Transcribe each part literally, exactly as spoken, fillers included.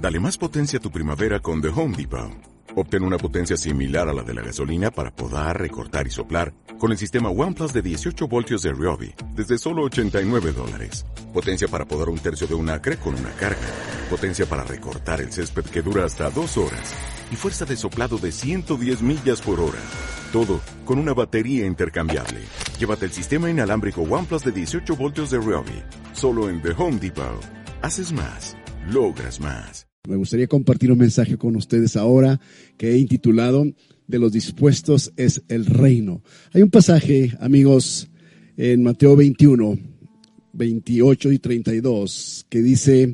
Dale más potencia a tu primavera con The Home Depot. Obtén una potencia similar a la de la gasolina para podar, recortar y soplar con el sistema OnePlus de dieciocho voltios de Ryobi desde solo ochenta y nueve dólares. Potencia para podar un tercio de un acre con una carga. Potencia para recortar el césped que dura hasta dos horas. Y fuerza de soplado de ciento diez millas por hora. Todo con una batería intercambiable. Llévate el sistema inalámbrico OnePlus de dieciocho voltios de Ryobi. Solo en The Home Depot. Haces más. Logras más. Me gustaría compartir un mensaje con ustedes ahora que he intitulado "De los dispuestos es el reino". Hay un pasaje, amigos, en Mateo veintiuno, veintiocho y treinta y dos, que dice: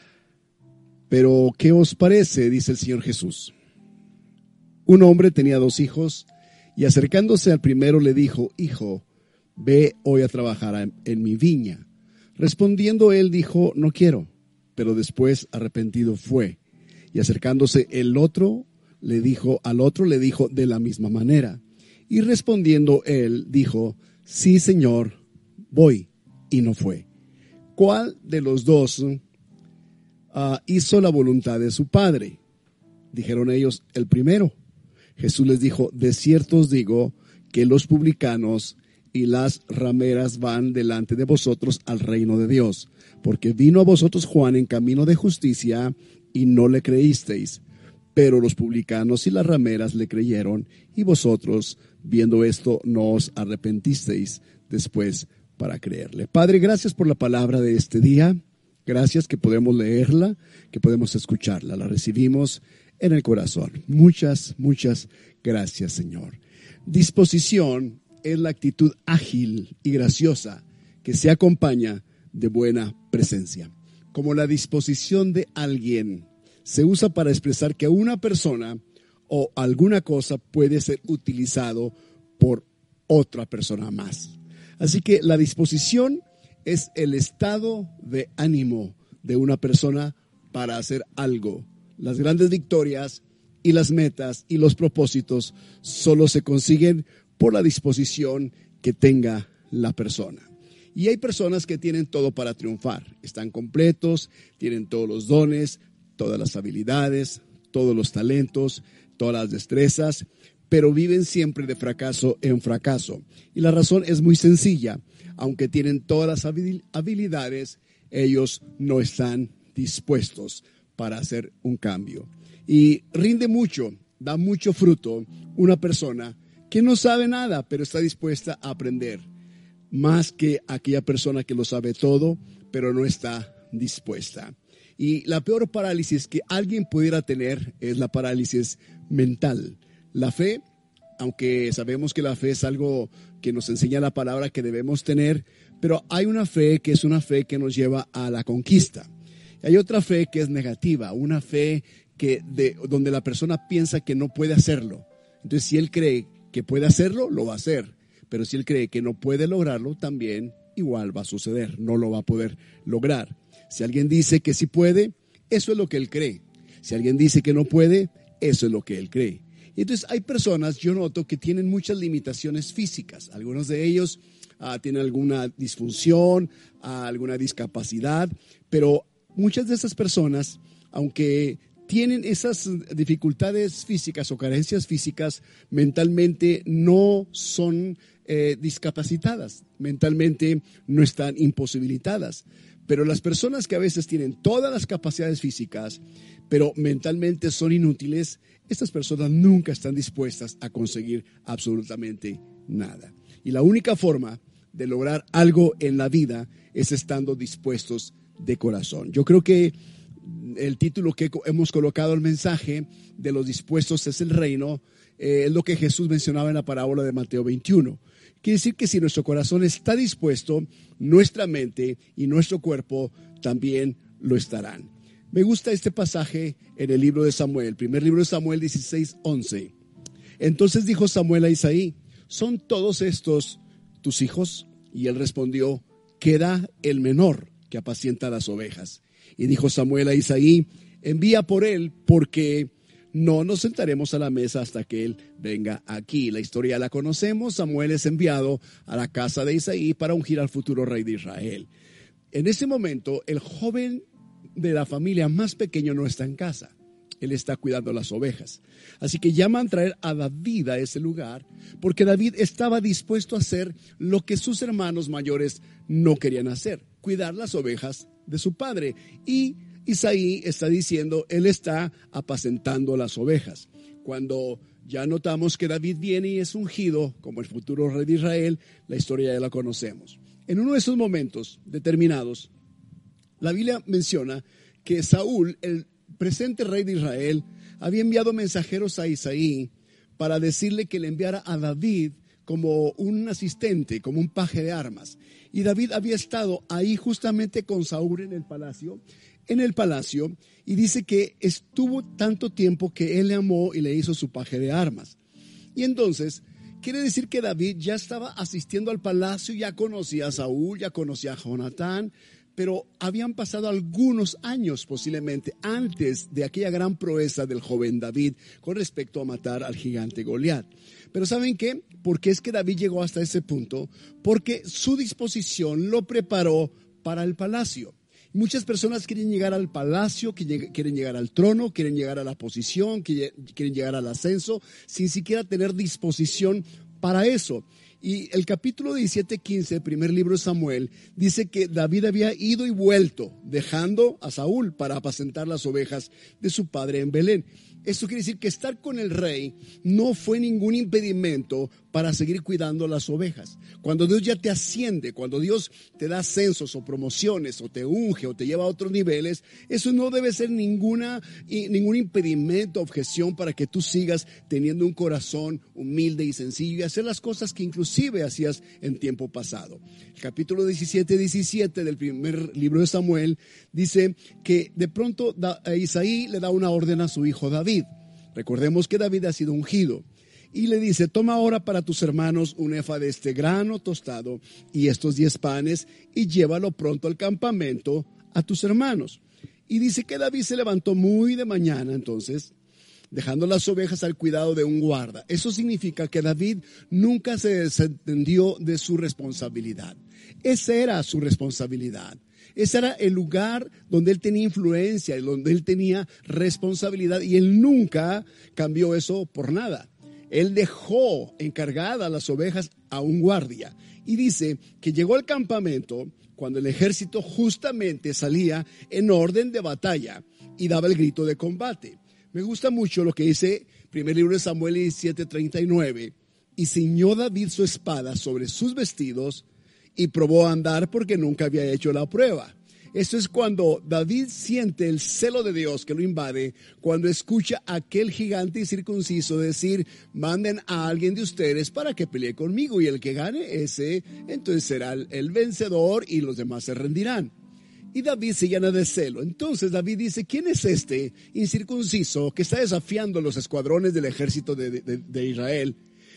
"Pero, ¿qué os parece?", dice el Señor Jesús. "Un hombre tenía dos hijos, y acercándose al primero le dijo: Hijo, ve hoy a trabajar en mi viña. Respondiendo él dijo: No quiero. Pero después arrepentido fue. Y acercándose el otro, le dijo, al otro le dijo de la misma manera. Y respondiendo él, dijo: Sí, Señor, voy. Y no fue. ¿Cuál de los dos uh, hizo la voluntad de su padre? Dijeron ellos: el primero. Jesús les dijo: de cierto os digo que los publicanos y las rameras van delante de vosotros al reino de Dios. Porque vino a vosotros Juan en camino de justicia y no le creísteis. Pero los publicanos y las rameras le creyeron, y vosotros, viendo esto, no os arrepentisteis después para creerle. Padre, gracias por la palabra de este día. Gracias que podemos leerla, que podemos escucharla. La recibimos en el corazón. Muchas, muchas gracias, Señor. Disposición es la actitud ágil y graciosa que se acompaña de buena presencia. Como la disposición de alguien se usa para expresar que una persona o alguna cosa puede ser utilizado por otra persona más. Así que la disposición es el estado de ánimo de una persona para hacer algo. Las grandes victorias y las metas y los propósitos solo se consiguen por la disposición que tenga la persona. Y hay personas que tienen todo para triunfar. Están completos, tienen todos los dones, todas las habilidades, todos los talentos, todas las destrezas, pero viven siempre de fracaso en fracaso. Y la razón es muy sencilla. Aunque tienen todas las habilidades, ellos no están dispuestos para hacer un cambio. Y rinde mucho, da mucho fruto una persona que no sabe nada, pero está dispuesta a aprender, más que aquella persona que lo sabe todo, pero no está dispuesta. Y la peor parálisis que alguien pudiera tener es la parálisis mental. La fe, aunque sabemos que la fe es algo que nos enseña la palabra que debemos tener, pero hay una fe que es una fe que nos lleva a la conquista. Hay otra fe que es negativa, una fe que de, donde la persona piensa que no puede hacerlo. Entonces, si él cree que puede hacerlo, lo va a hacer. Pero si él cree que no puede lograrlo, también igual va a suceder, no lo va a poder lograr. Si alguien dice que sí puede, eso es lo que él cree. Si alguien dice que no puede, eso es lo que él cree. Y entonces hay personas, yo noto, que tienen muchas limitaciones físicas. Algunos de ellos uh, tienen alguna disfunción, uh, alguna discapacidad, pero muchas de esas personas, aunque tienen esas dificultades físicas o carencias físicas, mentalmente no son eh, discapacitadas, mentalmente no están imposibilitadas. Pero las personas que a veces tienen todas las capacidades físicas, pero mentalmente son inútiles, estas personas nunca están dispuestas a conseguir absolutamente nada. Y la única forma de lograr algo en la vida es estando dispuestos de corazón. Yo creo que el título que hemos colocado al mensaje de los dispuestos es el reino, eh, es lo que Jesús mencionaba en la parábola de Mateo veintiuno. Quiere decir que si nuestro corazón está dispuesto, nuestra mente y nuestro cuerpo también lo estarán. Me gusta este pasaje en el libro de Samuel, primer libro de Samuel dieciséis, once. Entonces dijo Samuel a Isaí: ¿son todos estos tus hijos? Y él respondió: queda el menor que apacienta las ovejas. Y dijo Samuel a Isaí: envía por él, porque no nos sentaremos a la mesa hasta que él venga aquí. La historia la conocemos. Samuel es enviado a la casa de Isaí para ungir al futuro rey de Israel. En ese momento, el joven de la familia más pequeño no está en casa. Él está cuidando las ovejas. Así que llaman a traer a David a ese lugar, porque David estaba dispuesto a hacer lo que sus hermanos mayores no querían hacer, cuidar las ovejas de su padre. Y Isaí está diciendo, él está apacentando las ovejas. Cuando ya notamos que David viene y es ungido como el futuro rey de Israel, la historia ya la conocemos. En uno de esos momentos determinados, la Biblia menciona que Saúl, el presente rey de Israel, había enviado mensajeros a Isaí para decirle que le enviara a David como un asistente, como un paje de armas. Y David había estado ahí justamente con Saúl en el palacio, en el palacio, y dice que estuvo tanto tiempo que él le amó y le hizo su paje de armas. Y entonces, quiere decir que David ya estaba asistiendo al palacio, ya conocía a Saúl, ya conocía a Jonatán, pero habían pasado algunos años posiblemente antes de aquella gran proeza del joven David con respecto a matar al gigante Goliat. Pero ¿saben qué? ¿Por qué es que David llegó hasta ese punto? Porque su disposición lo preparó para el palacio. Muchas personas quieren llegar al palacio, quieren llegar al trono, quieren llegar a la posición, quieren llegar al ascenso, sin siquiera tener disposición para eso. Y el capítulo diecisiete quince, el primer libro de Samuel, dice que David había ido y vuelto, dejando a Saúl para apacentar las ovejas de su padre en Belén. Esto quiere decir que estar con el rey no fue ningún impedimento para seguir cuidando las ovejas. Cuando Dios ya te asciende, cuando Dios te da ascensos o promociones, o te unge, o te lleva a otros niveles, eso no debe ser ninguna, ningún impedimento, objeción para que tú sigas teniendo un corazón humilde y sencillo y hacer las cosas que inclusive hacías en tiempo pasado. El capítulo diecisiete diecisiete del primer libro de Samuel dice que de pronto Isaí le da una orden a su hijo David. Recordemos que David ha sido ungido. Y le dice, toma ahora para tus hermanos un efa de este grano tostado y estos diez panes y llévalo pronto al campamento a tus hermanos. Y dice que David se levantó muy de mañana entonces, dejando las ovejas al cuidado de un guarda. Eso significa que David nunca se desentendió de su responsabilidad. Esa era su responsabilidad. Ese era el lugar donde él tenía influencia, donde él tenía responsabilidad y él nunca cambió eso por nada. Él dejó encargadas las ovejas a un guardia y dice que llegó al campamento cuando el ejército justamente salía en orden de batalla y daba el grito de combate. Me gusta mucho lo que dice primer libro de Samuel diecisiete treinta y nueve. Y ciñó David su espada sobre sus vestidos y probó a andar porque nunca había hecho la prueba. Esto es cuando David siente el celo de Dios que lo invade, cuando escucha a aquel gigante incircunciso decir, manden a alguien de ustedes para que pelee conmigo y el que gane ese, entonces será el, el vencedor y los demás se rendirán. Y David se llena de celo. Entonces David dice, ¿quién es este incircunciso que está desafiando los escuadrones del ejército de, de, de Israel?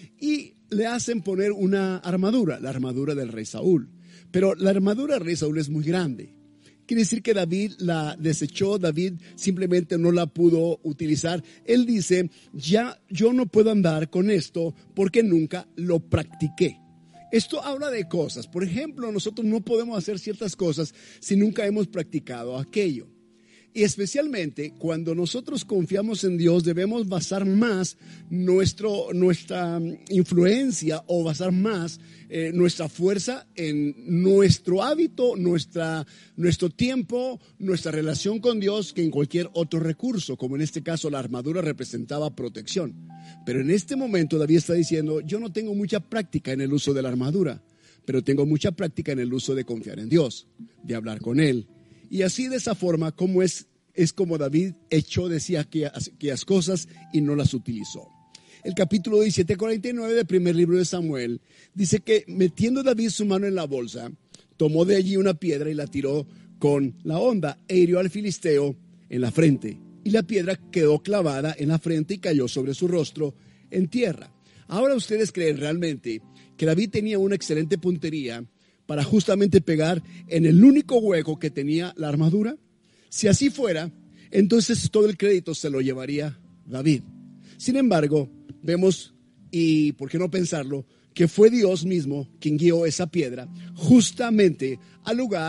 Y le hacen poner una armadura, la armadura del rey Saúl. Pero la armadura del rey Saúl es muy grande. Quiere decir que David la desechó, David simplemente no la pudo utilizar. Él dice, ya yo no puedo andar con esto porque nunca lo practiqué. Esto habla de cosas. Por ejemplo, nosotros no podemos hacer ciertas cosas si nunca hemos practicado aquello. Y especialmente cuando nosotros confiamos en Dios, debemos basar más nuestro, nuestra influencia o basar más eh, nuestra fuerza en nuestro hábito, nuestra, nuestro tiempo, nuestra relación con Dios que en cualquier otro recurso, como en este caso la armadura representaba protección. Pero en este momento David está diciendo, yo no tengo mucha práctica en el uso de la armadura, pero tengo mucha práctica en el uso de confiar en Dios, de hablar con Él. Y así de esa forma, como es, es como David echó, decía aquellas, aquellas cosas y no las utilizó. El capítulo diecisiete cuarenta y nueve del primer libro de Samuel dice que metiendo David su mano en la bolsa, tomó de allí una piedra y la tiró con la honda e hirió al filisteo en la frente. Y la piedra quedó clavada en la frente y cayó sobre su rostro en tierra. Ahora ustedes creen realmente que David tenía una excelente puntería para justamente pegar en el único hueco que tenía la armadura. Si así fuera, entonces todo el crédito se lo llevaría David. Sin embargo, vemos, y por qué no pensarlo, que fue Dios mismo quien guió esa piedra justamente al lugar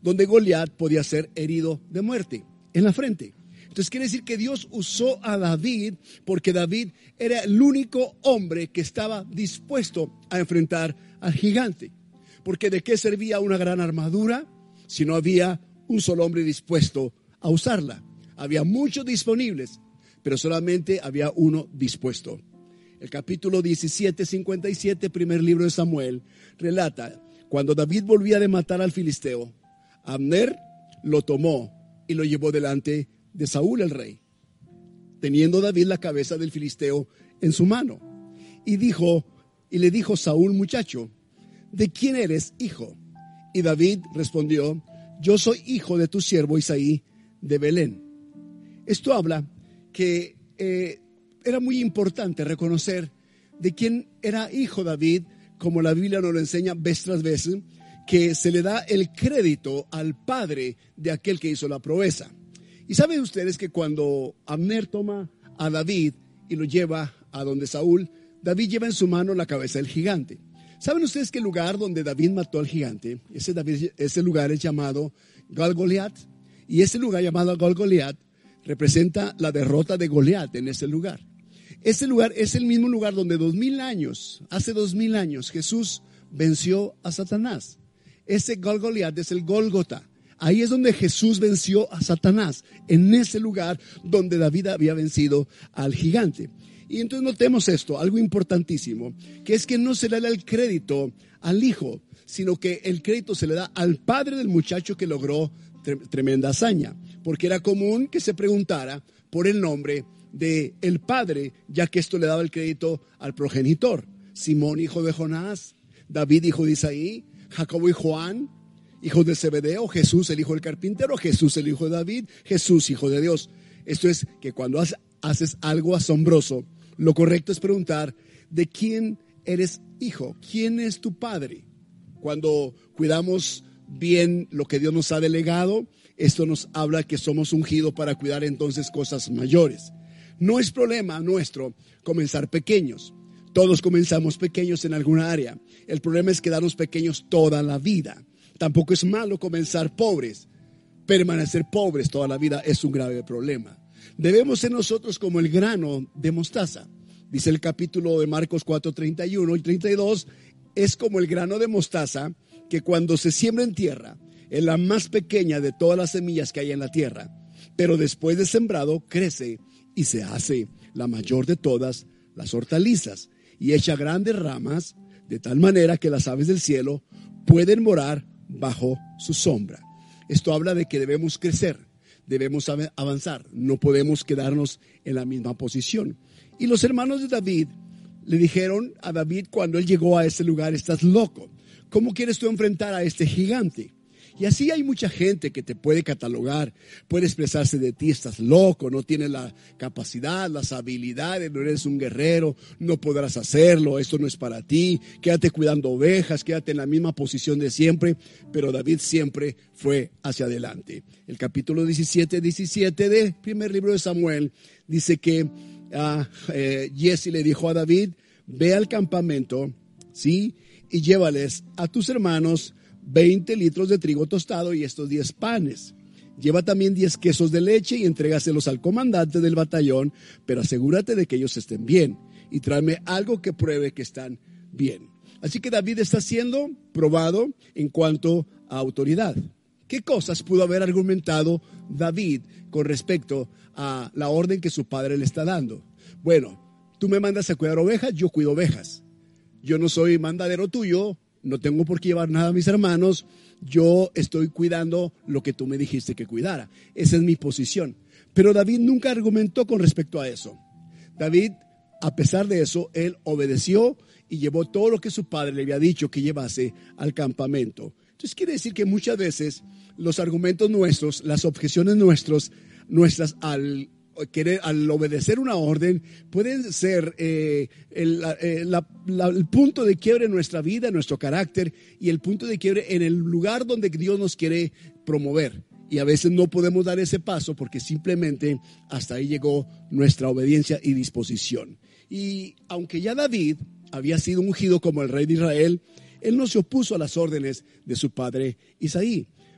donde Goliat podía ser herido de muerte, en la frente. Entonces quiere decir que Dios usó a David porque David era el único hombre que estaba dispuesto a enfrentar al gigante. Porque ¿de qué servía una gran armadura si no había un solo hombre dispuesto a usarla? Había muchos disponibles, pero solamente había uno dispuesto. El capítulo diecisiete, cincuenta y siete, primer libro de Samuel, relata cuando David volvía de matar al filisteo, Abner lo tomó y lo llevó delante de Saúl el rey, teniendo David la cabeza del filisteo en su mano. Y dijo, y le dijo Saúl, muchacho, ¿de quién eres hijo? Y David respondió, yo soy hijo de tu siervo Isaí de Belén. Esto habla que eh, era muy importante reconocer de quién era hijo David, como la Biblia nos lo enseña vez tras vez, que se le da el crédito al padre de aquel que hizo la proeza. Y saben ustedes que cuando Abner toma a David y lo lleva a donde Saúl, David lleva en su mano la cabeza del gigante. ¿Saben ustedes que el lugar donde David mató al gigante, ese, David, ese lugar es llamado Galgoliat? Y ese lugar llamado Galgoliat representa la derrota de Goliat en ese lugar. Ese lugar es el mismo lugar donde dos mil años, hace dos mil años, Jesús venció a Satanás. Ese Galgoliat es el Gólgota. Ahí es donde Jesús venció a Satanás, en ese lugar donde David había vencido al gigante. Y entonces notemos esto, algo importantísimo, que es que no se le da el crédito al hijo, sino que el crédito se le da al padre del muchacho que logró tre- tremenda hazaña, porque era común que se preguntara por el nombre del padre, ya que esto le daba el crédito al progenitor. Simón, hijo de Jonás, David, hijo de Isaí, Jacobo y Juan, hijos de Zebedeo, Jesús, el hijo del carpintero, Jesús, el hijo de David, Jesús, hijo de Dios. Esto es que cuando haces algo asombroso, lo correcto es preguntar, ¿de quién eres hijo? ¿Quién es tu padre? Cuando cuidamos bien lo que Dios nos ha delegado, esto nos habla que somos ungidos para cuidar entonces cosas mayores. No es problema nuestro comenzar pequeños. Todos comenzamos pequeños en alguna área. El problema es quedarnos pequeños toda la vida. Tampoco es malo comenzar pobres. Permanecer pobres toda la vida es un grave problema. Debemos ser nosotros como el grano de mostaza. Dice el capítulo de Marcos cuatro, treinta y uno y treinta y dos, es como el grano de mostaza que cuando se siembra en tierra es la más pequeña de todas las semillas que hay en la tierra. Pero después de sembrado crece y se hace la mayor de todas las hortalizas y echa grandes ramas de tal manera que las aves del cielo pueden morar bajo su sombra. Esto habla de que debemos crecer, debemos avanzar, no podemos quedarnos en la misma posición. Y los hermanos de David le dijeron a David cuando él llegó a ese lugar, estás loco, ¿cómo quieres tú enfrentar a este gigante? Y así hay mucha gente que te puede catalogar, puede expresarse de ti, estás loco, no tienes la capacidad, las habilidades, no eres un guerrero, no podrás hacerlo, esto no es para ti, quédate cuidando ovejas, quédate en la misma posición de siempre. Pero David siempre fue hacia adelante. El capítulo diecisiete, diecisiete del primer libro de Samuel dice que uh, eh, Jesse le dijo a David, ve al campamento, ¿sí? Y llévales a tus hermanos veinte litros de trigo tostado y estos diez panes. Lleva también diez quesos de leche y entrégaselos al comandante del batallón, pero asegúrate de que ellos estén bien y tráeme algo que pruebe que están bien. Así que David está siendo probado en cuanto a autoridad. ¿Qué cosas pudo haber argumentado David con respecto a la orden que su padre le está dando? Bueno, tú me mandas a cuidar ovejas, yo cuido ovejas. Yo no soy mandadero tuyo, no tengo por qué llevar nada a mis hermanos, yo estoy cuidando lo que tú me dijiste que cuidara. Esa es mi posición. Pero David nunca argumentó con respecto a eso. David, a pesar de eso, él obedeció y llevó todo lo que su padre le había dicho que llevase al campamento. Entonces quiere decir que muchas veces los argumentos nuestros, las objeciones nuestros, nuestras al querer, al obedecer una orden, pueden ser eh, el, eh, la, la, el punto de quiebre en nuestra vida, en nuestro carácter, y el punto de quiebre en el lugar donde Dios nos quiere promover. Y a veces no podemos dar ese paso porque simplemente hasta ahí llegó nuestra obediencia y disposición. Y aunque ya David había sido ungido como el rey de Israel, él no se opuso a las órdenes de su padre Isaí.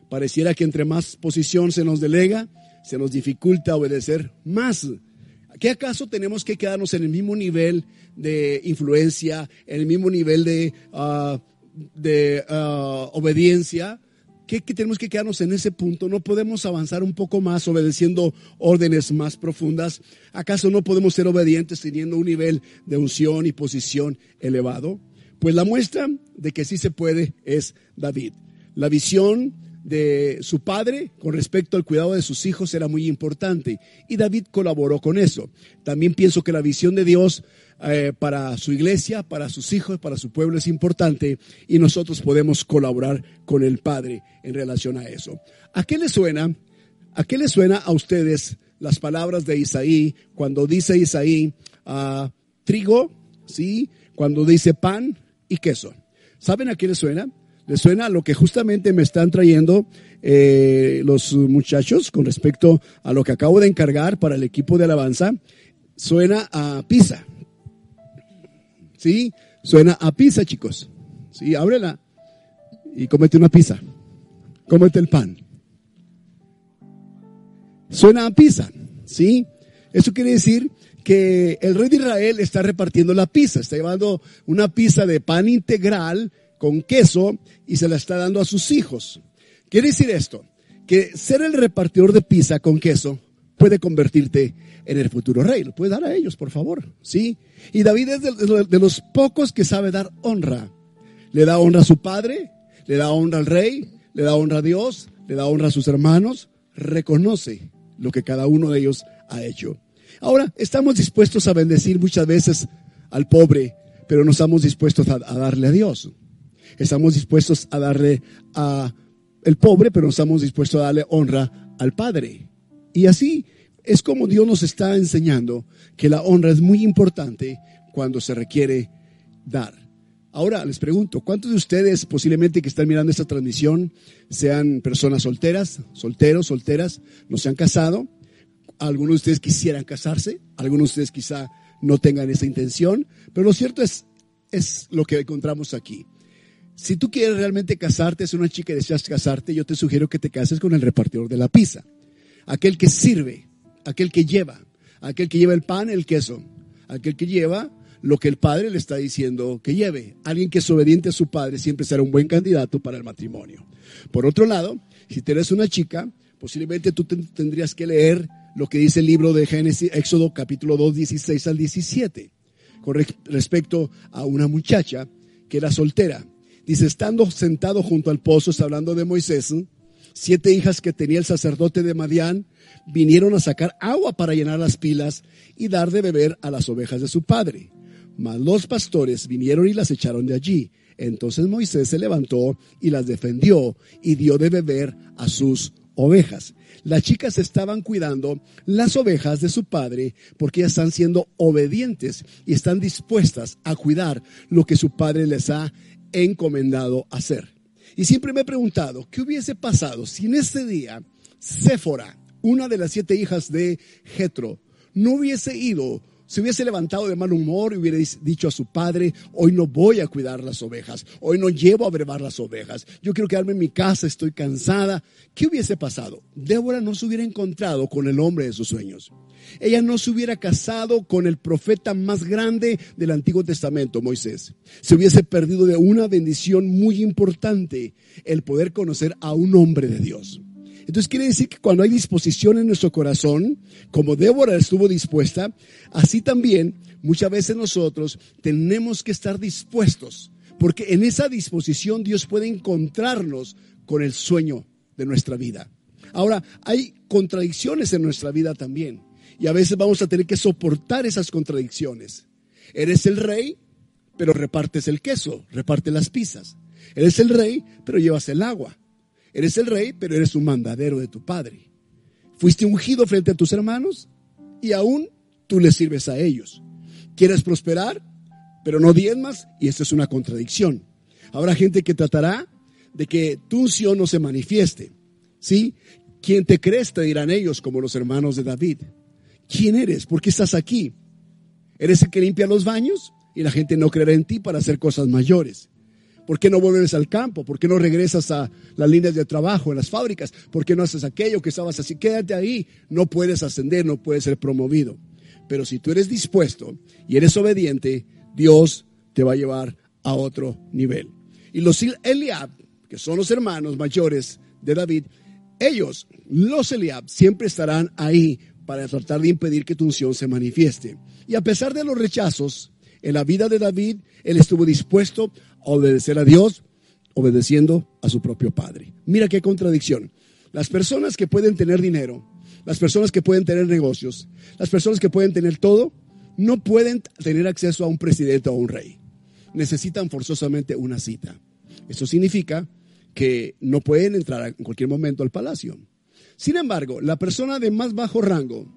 Pareciera que entre más posición se nos delega, se nos dificulta obedecer más. ¿Qué acaso tenemos que quedarnos en el mismo nivel de influencia, en el mismo nivel de, uh, de uh, obediencia? ¿Qué, ¿Qué tenemos que quedarnos en ese punto? ¿No podemos avanzar un poco más obedeciendo órdenes más profundas? ¿Acaso no podemos ser obedientes teniendo un nivel de unción y posición elevado? Pues la muestra de que sí se puede es David. La visión de su padre con respecto al cuidado de sus hijos era muy importante y David colaboró con eso. También pienso que la visión de Dios eh, para su iglesia, para sus hijos, para su pueblo es importante y nosotros podemos colaborar con el Padre en relación a eso. ¿A qué les suena? ¿A qué les suena a ustedes las palabras de Isaí cuando dice Isaí uh, trigo, sí, cuando dice pan y queso? ¿Saben a qué les suena? ¿Les suena a lo que justamente me están trayendo eh, los muchachos con respecto a lo que acabo de encargar para el equipo de alabanza? Suena a pizza. ¿Sí? Suena a pizza, chicos. Sí, ábrela y cómete una pizza. Cómete el pan. Suena a pizza. ¿Sí? Eso quiere decir que el rey de Israel está repartiendo la pizza. Está llevando una pizza de pan integral con queso y se la está dando a sus hijos. Quiere decir esto, que ser el repartidor de pizza con queso puede convertirte en el futuro rey. Lo puedes dar a ellos, por favor, ¿sí? Y David es de, de los pocos que sabe dar honra. Le da honra a su padre, le da honra al rey, le da honra a Dios, le da honra a sus hermanos, reconoce lo que cada uno de ellos ha hecho. Ahora, estamos dispuestos a bendecir muchas veces al pobre, pero no estamos dispuestos a, a darle a Dios. Estamos dispuestos a darle a el pobre, pero no estamos dispuestos a darle honra al Padre. Y así es como Dios nos está enseñando que la honra es muy importante cuando se requiere dar. Ahora les pregunto, ¿cuántos de ustedes posiblemente que están mirando esta transmisión sean personas solteras, solteros, solteras, no se han casado? Algunos de ustedes quisieran casarse, algunos de ustedes quizá no tengan esa intención, pero lo cierto es, es lo que encontramos aquí. Si tú quieres realmente casarte, es una chica y deseas casarte, yo te sugiero que te cases con el repartidor de la pizza. Aquel que sirve, aquel que lleva, aquel que lleva el pan, el queso, aquel que lleva lo que el padre le está diciendo que lleve. Alguien que es obediente a su padre siempre será un buen candidato para el matrimonio. Por otro lado, si tú eres una chica, posiblemente tú tendrías que leer lo que dice el libro de Génesis, Éxodo capítulo dos, dieciséis al diecisiete, con respecto a una muchacha que era soltera. Dice, estando sentado junto al pozo, está hablando de Moisés, siete hijas que tenía el sacerdote de Madián vinieron a sacar agua para llenar las pilas y dar de beber a las ovejas de su padre. Mas los pastores vinieron y las echaron de allí. Entonces Moisés se levantó y las defendió y dio de beber a sus ovejas. Las chicas estaban cuidando las ovejas de su padre porque ellas están siendo obedientes y están dispuestas a cuidar lo que su padre les ha encomendado hacer. Y siempre me he preguntado, ¿qué hubiese pasado si en este día Séfora, una de las siete hijas de Jetro, no hubiese ido, se hubiese levantado de mal humor y hubiera dicho a su padre, hoy no voy a cuidar las ovejas, hoy no llevo a brevar las ovejas, yo quiero quedarme en mi casa, estoy cansada? ¿Qué hubiese pasado? Débora no se hubiera encontrado con el hombre de sus sueños. Ella no se hubiera casado con el profeta más grande del Antiguo Testamento, Moisés. Se hubiese perdido de una bendición muy importante, el poder conocer a un hombre de Dios. Entonces quiere decir que cuando hay disposición en nuestro corazón, como Débora estuvo dispuesta, así también muchas veces nosotros tenemos que estar dispuestos, porque en esa disposición Dios puede encontrarnos con el sueño de nuestra vida. Ahora, hay contradicciones en nuestra vida también, y a veces vamos a tener que soportar esas contradicciones. Eres el rey, pero repartes el queso, repartes las pizzas. Eres el rey, pero llevas el agua. Eres el rey, pero eres un mandadero de tu padre. Fuiste ungido frente a tus hermanos y aún tú les sirves a ellos. Quieres prosperar, pero no diezmas, y esto es una contradicción. Habrá gente que tratará de que tu unción no se manifieste. ¿Sí? ¿Quién te crees? Te dirán ellos, como los hermanos de David. ¿Quién eres? ¿Por qué estás aquí? ¿Eres el que limpia los baños? Y la gente no creerá en ti para hacer cosas mayores. ¿Por qué no vuelves al campo? ¿Por qué no regresas a las líneas de trabajo, en las fábricas? ¿Por qué no haces aquello que estabas así? Quédate ahí. No puedes ascender, no puedes ser promovido. Pero si tú eres dispuesto y eres obediente, Dios te va a llevar a otro nivel. Y los Eliab, que son los hermanos mayores de David, ellos, los Eliab, siempre estarán ahí para tratar de impedir que tu unción se manifieste. Y a pesar de los rechazos en la vida de David, él estuvo dispuesto a obedecer a Dios, obedeciendo a su propio padre. Mira qué contradicción. Las personas que pueden tener dinero, las personas que pueden tener negocios, las personas que pueden tener todo, no pueden tener acceso a un presidente o a un rey. Necesitan forzosamente una cita. Eso significa que no pueden entrar en cualquier momento al palacio. Sin embargo, la persona de más bajo rango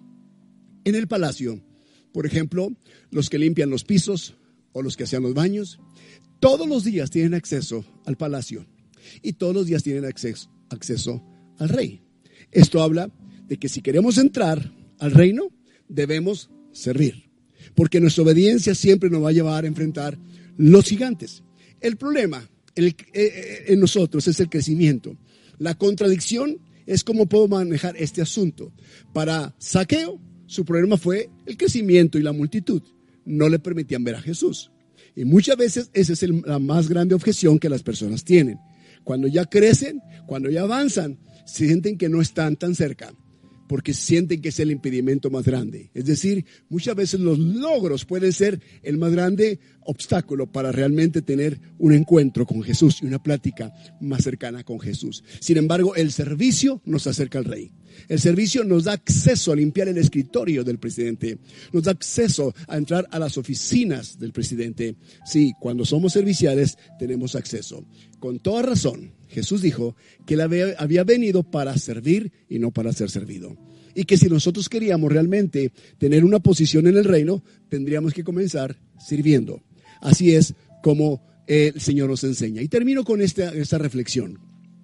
en el palacio, por ejemplo, los que limpian los pisos o los que hacían los baños, todos los días tienen acceso al palacio y todos los días tienen acceso, acceso al rey. Esto habla de que si queremos entrar al reino, debemos servir, porque nuestra obediencia siempre nos va a llevar a enfrentar los gigantes. El problema en, en nosotros es el crecimiento. La contradicción es cómo puedo manejar este asunto. Para Zaqueo, su problema fue el crecimiento y la multitud. No le permitían ver a Jesús. Y muchas veces esa es el, la más grande objeción que las personas tienen. Cuando ya crecen, cuando ya avanzan, sienten que no están tan cerca, porque sienten que es el impedimento más grande. Es decir, muchas veces los logros pueden ser el más grande obstáculo para realmente tener un encuentro con Jesús y una plática más cercana con Jesús. Sin embargo, el servicio nos acerca al Rey. El servicio nos da acceso a limpiar el escritorio del presidente. Nos da acceso a entrar a las oficinas del presidente. Sí, cuando somos serviciales tenemos acceso. Con toda razón, Jesús dijo que él había, había venido para servir y no para ser servido. Y que si nosotros queríamos realmente tener una posición en el reino, tendríamos que comenzar sirviendo. Así es como el Señor nos enseña. Y termino con esta, esta reflexión.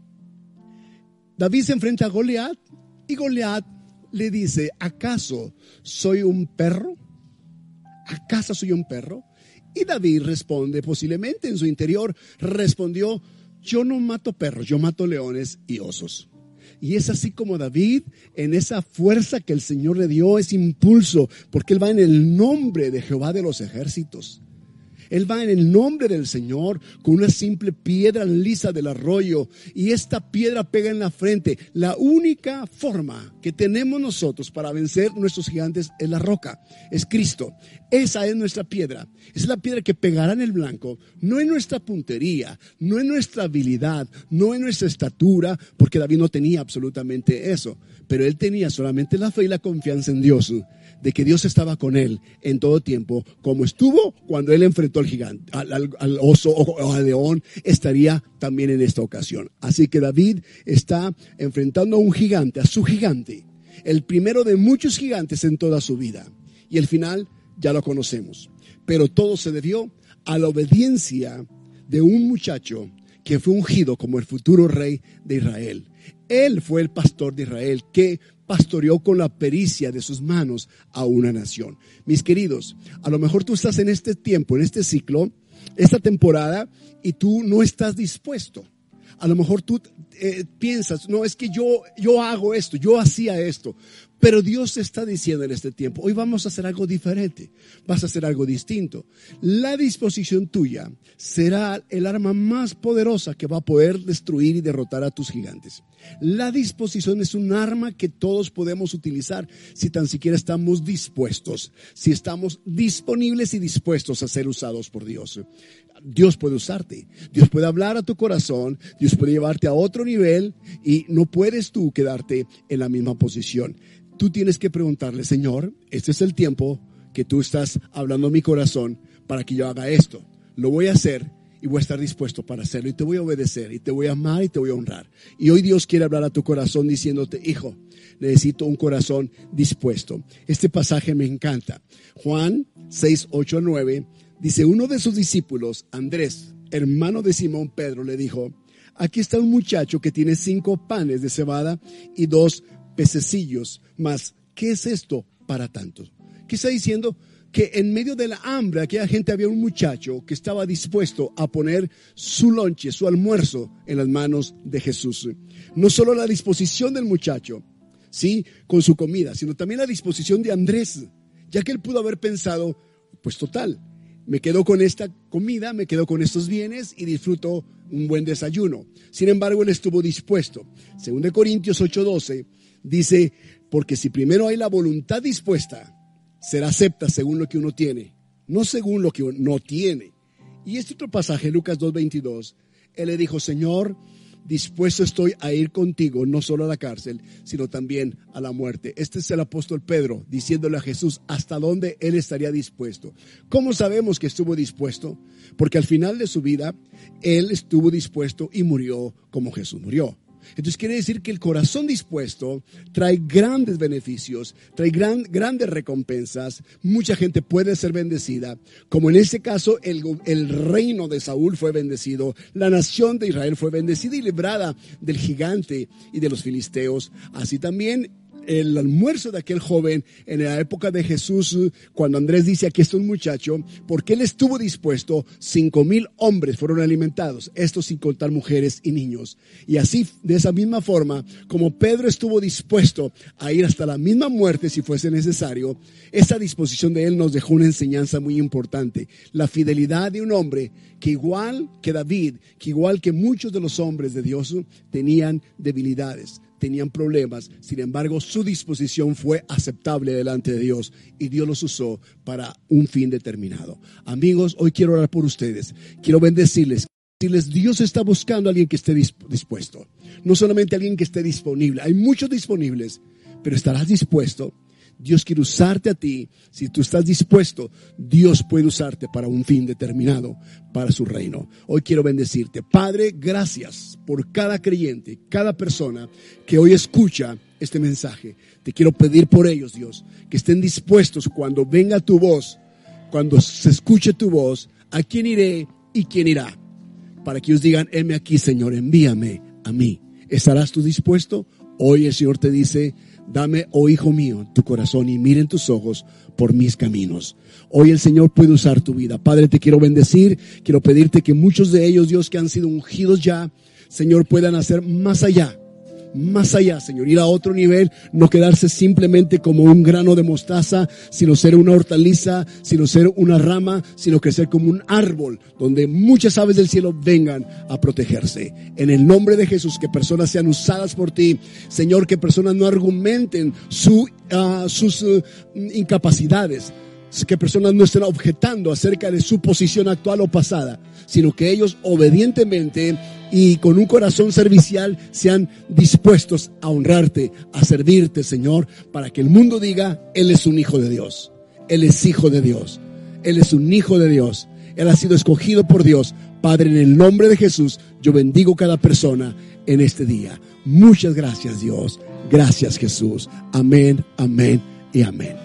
David se enfrenta a Goliat y Goliat le dice, ¿acaso soy un perro? ¿Acaso soy un perro? Y David responde, posiblemente en su interior, respondió, yo no mato perros, yo mato leones y osos. Y es así como David, en esa fuerza que el Señor le dio, ese impulso, porque él va en el nombre de Jehová de los ejércitos. Él va en el nombre del Señor con una simple piedra lisa del arroyo y esta piedra pega en la frente. La única forma que tenemos nosotros para vencer nuestros gigantes es la roca, es Cristo. Esa es nuestra piedra. Es la piedra que pegará en el blanco, no en nuestra puntería, no en nuestra habilidad, no en nuestra estatura, porque David no tenía absolutamente eso, pero él tenía solamente la fe y la confianza en Dios, de que Dios estaba con él en todo tiempo, como estuvo cuando él enfrentó al gigante, al, al, al oso o al león, estaría también en esta ocasión. Así que David está enfrentando a un gigante, a su gigante, el primero de muchos gigantes en toda su vida. Y el final ya lo conocemos. Pero todo se debió a la obediencia de un muchacho que fue ungido como el futuro rey de Israel. Él fue el pastor de Israel que pastoreó con la pericia de sus manos a una nación. Mis queridos, a lo mejor tú estás en este tiempo, en este ciclo, esta temporada, y tú no estás dispuesto. A lo mejor tú eh, piensas, no, es que yo, yo hago esto, yo hacía esto. Pero Dios te está diciendo en este tiempo, hoy vamos a hacer algo diferente, vas a hacer algo distinto. La disposición tuya será el arma más poderosa que va a poder destruir y derrotar a tus gigantes. La disposición es un arma que todos podemos utilizar si tan siquiera estamos dispuestos, si estamos disponibles y dispuestos a ser usados por Dios. Dios puede usarte, Dios puede hablar a tu corazón, Dios puede llevarte a otro nivel y no puedes tú quedarte en la misma posición. Tú tienes que preguntarle, Señor, este es el tiempo que tú estás hablando a mi corazón para que yo haga esto. Lo voy a hacer y voy a estar dispuesto para hacerlo y te voy a obedecer y te voy a amar y te voy a honrar. Y hoy Dios quiere hablar a tu corazón diciéndote, hijo, necesito un corazón dispuesto. Este pasaje me encanta. Juan seis, ocho, nueve dice, uno de sus discípulos, Andrés, hermano de Simón Pedro, le dijo, aquí está un muchacho que tiene cinco panes de cebada y dos pececillos, mas ¿qué es esto para tantos? ¿Qué está diciendo? que en medio de la hambre, aquella gente, había un muchacho que estaba dispuesto a poner su lonche, su almuerzo en las manos de Jesús. No solo la disposición del muchacho, sí, con su comida, sino también la disposición de Andrés, ya que él pudo haber pensado, pues total, me quedo con esta comida, me quedo con estos bienes y disfruto un buen desayuno. Sin embargo, él estuvo dispuesto. Según de Corintios ocho doce dice, porque si primero hay la voluntad dispuesta, será acepta según lo que uno tiene, no según lo que uno no tiene. Y este otro pasaje, Lucas dos veintidós, él le dijo, Señor, dispuesto estoy a ir contigo, no solo a la cárcel, sino también a la muerte. Este es el apóstol Pedro diciéndole a Jesús hasta dónde él estaría dispuesto. ¿Cómo sabemos que estuvo dispuesto? Porque al final de su vida, él estuvo dispuesto y murió como Jesús murió. Entonces quiere decir que el corazón dispuesto trae grandes beneficios, trae gran, grandes recompensas. Mucha gente puede ser bendecida. Como en este caso el, el reino de Saúl fue bendecido, la nación de Israel fue bendecida y librada del gigante y de los filisteos. Así también el almuerzo de aquel joven en la época de Jesús, cuando Andrés dice aquí está un muchacho, porque él estuvo dispuesto, cinco mil hombres fueron alimentados, esto sin contar mujeres y niños. Y así, de esa misma forma, como Pedro estuvo dispuesto a ir hasta la misma muerte si fuese necesario, esa disposición de él nos dejó una enseñanza muy importante, la fidelidad de un hombre que igual que David, que igual que muchos de los hombres de Dios, tenían debilidades, tenían problemas. Sin embargo, su disposición fue aceptable delante de Dios y Dios los usó para un fin determinado. Amigos, hoy quiero orar por ustedes. Quiero bendecirles. Decirles, Dios está buscando a alguien que esté dispuesto. No solamente a alguien que esté disponible. Hay muchos disponibles, pero ¿estarás dispuesto? Dios quiere usarte a ti. Si tú estás dispuesto, Dios puede usarte para un fin determinado, para su reino. Hoy quiero bendecirte. Padre, gracias por cada creyente, cada persona que hoy escucha este mensaje. Te quiero pedir por ellos, Dios, que estén dispuestos cuando venga tu voz, cuando se escuche tu voz, a quién iré y quién irá. Para que ellos digan, heme aquí, Señor, envíame a mí. ¿Estarás tú dispuesto? Hoy el Señor te dice, dame, oh hijo mío, tu corazón y miren tus ojos por mis caminos. Hoy el Señor puede usar tu vida. Padre, te quiero bendecir. Quiero pedirte que muchos de ellos, Dios, que han sido ungidos ya, Señor, puedan hacer más allá. Más allá, Señor, ir a otro nivel, no quedarse simplemente como un grano de mostaza, sino ser una hortaliza, sino ser una rama, sino crecer como un árbol, donde muchas aves del cielo vengan a protegerse. En el nombre de Jesús, que personas sean usadas por ti, Señor, que personas no argumenten su, uh, sus uh, incapacidades, que personas no estén objetando acerca de su posición actual o pasada, sino que ellos obedientemente y con un corazón servicial sean dispuestos a honrarte, a servirte, Señor, para que el mundo diga, Él es un hijo de Dios, Él es hijo de Dios, Él es un hijo de Dios, Él ha sido escogido por Dios. Padre, en el nombre de Jesús, yo bendigo cada persona en este día. Muchas gracias, Dios. Gracias, Jesús. Amén, amén y amén.